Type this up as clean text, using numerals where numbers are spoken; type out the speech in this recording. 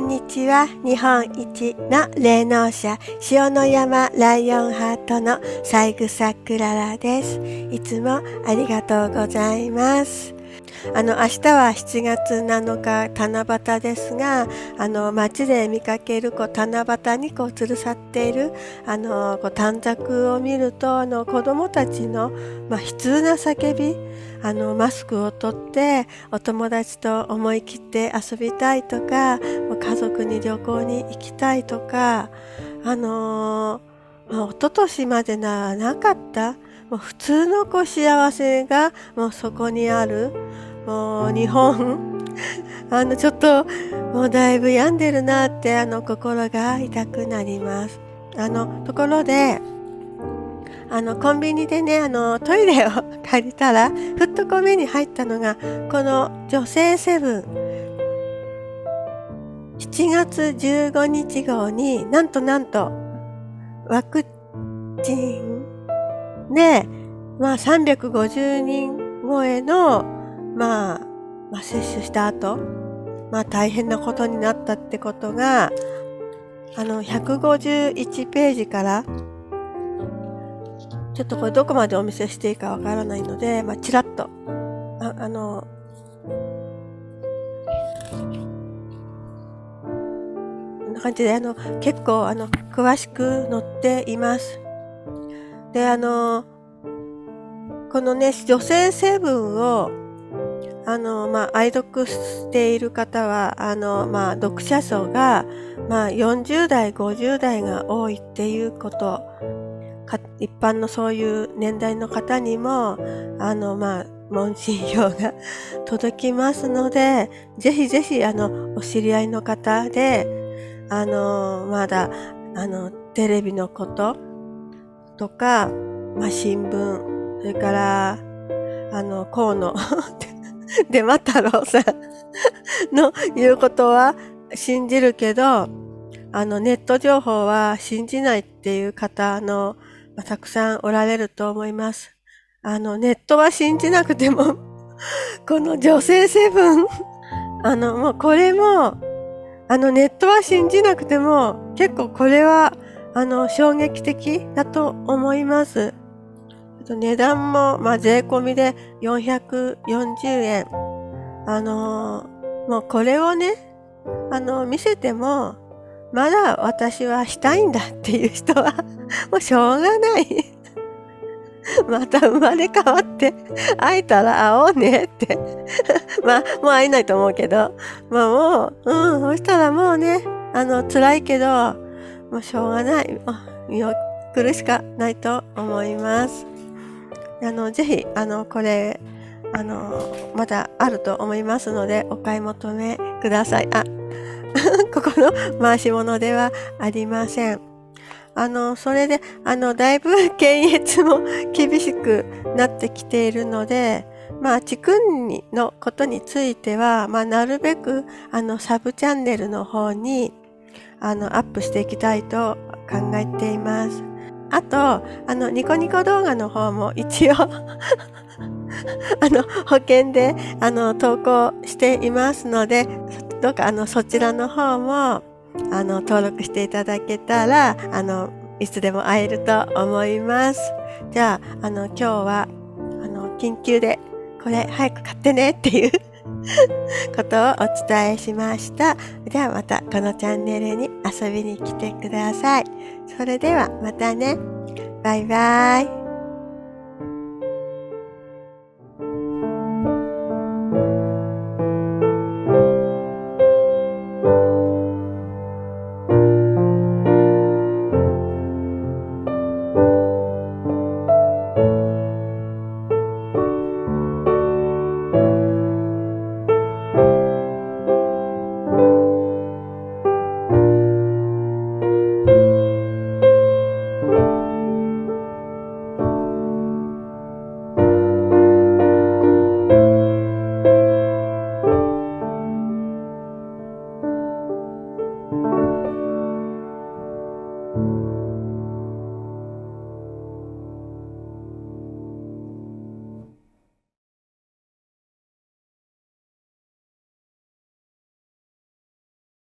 んにちは。日本一の霊能者、塩の山ライオンハートの三枝クララです。いつもありがとうございます。明日は7月7日七夕ですが、街で見かける七夕に吊るさっている短冊を見ると子どもたちの、悲痛な叫び、マスクを取ってお友達と思い切って遊びたいとか、家族に旅行に行きたいとか、一昨年までなかったもう普通の幸せがもうそこにある。もう日本ちょっともうだいぶ病んでるなって心が痛くなります。ところでコンビニでねトイレを借りたらふっと目に入ったのがこの女性セブン7月15日号になんとワクチンで350人超えの接種した後大変なことになったってことが151ページからちょっとこれどこまでお見せしていいかわからないのでちらっとこんな感じで結構詳しく載っています。でこのね女性成分を愛読している方は読者層が40代50代が多いっていうこと一般のそういう年代の方にも問診票が届きますので、ぜひぜひお知り合いの方でまだテレビのこととか新聞、それから河野出間太郎さんの言うことは信じるけどネット情報は信じないっていう方たくさんおられると思います。ネットは信じなくてもこの女性セブンもうこれもネットは信じなくても結構これは衝撃的だと思います。値段も税込みで440円。もうこれをね見せてもまだ私はしたいんだっていう人はもうしょうがないまた生まれ変わって会えたら会おうねってもう会えないと思うけどもうそしたらもうね辛いけどもうしょうがない見送るしかないと思います。ぜひこれまだあると思いますのでお買い求めください。ここの回し物ではありません。それでだいぶ検閲も厳しくなってきているのでチクンのことについてはなるべくサブチャンネルの方にアップしていきたいと考えています。あとニコニコ動画の方も一応保険で投稿していますのでどうかそちらの方も登録していただけたらいつでも会えると思います。じゃあ今日は緊急でこれ早く買ってねっていうことをお伝えしました。ではまたこのチャンネルに遊びに来てください。それではまたね。バイバイ。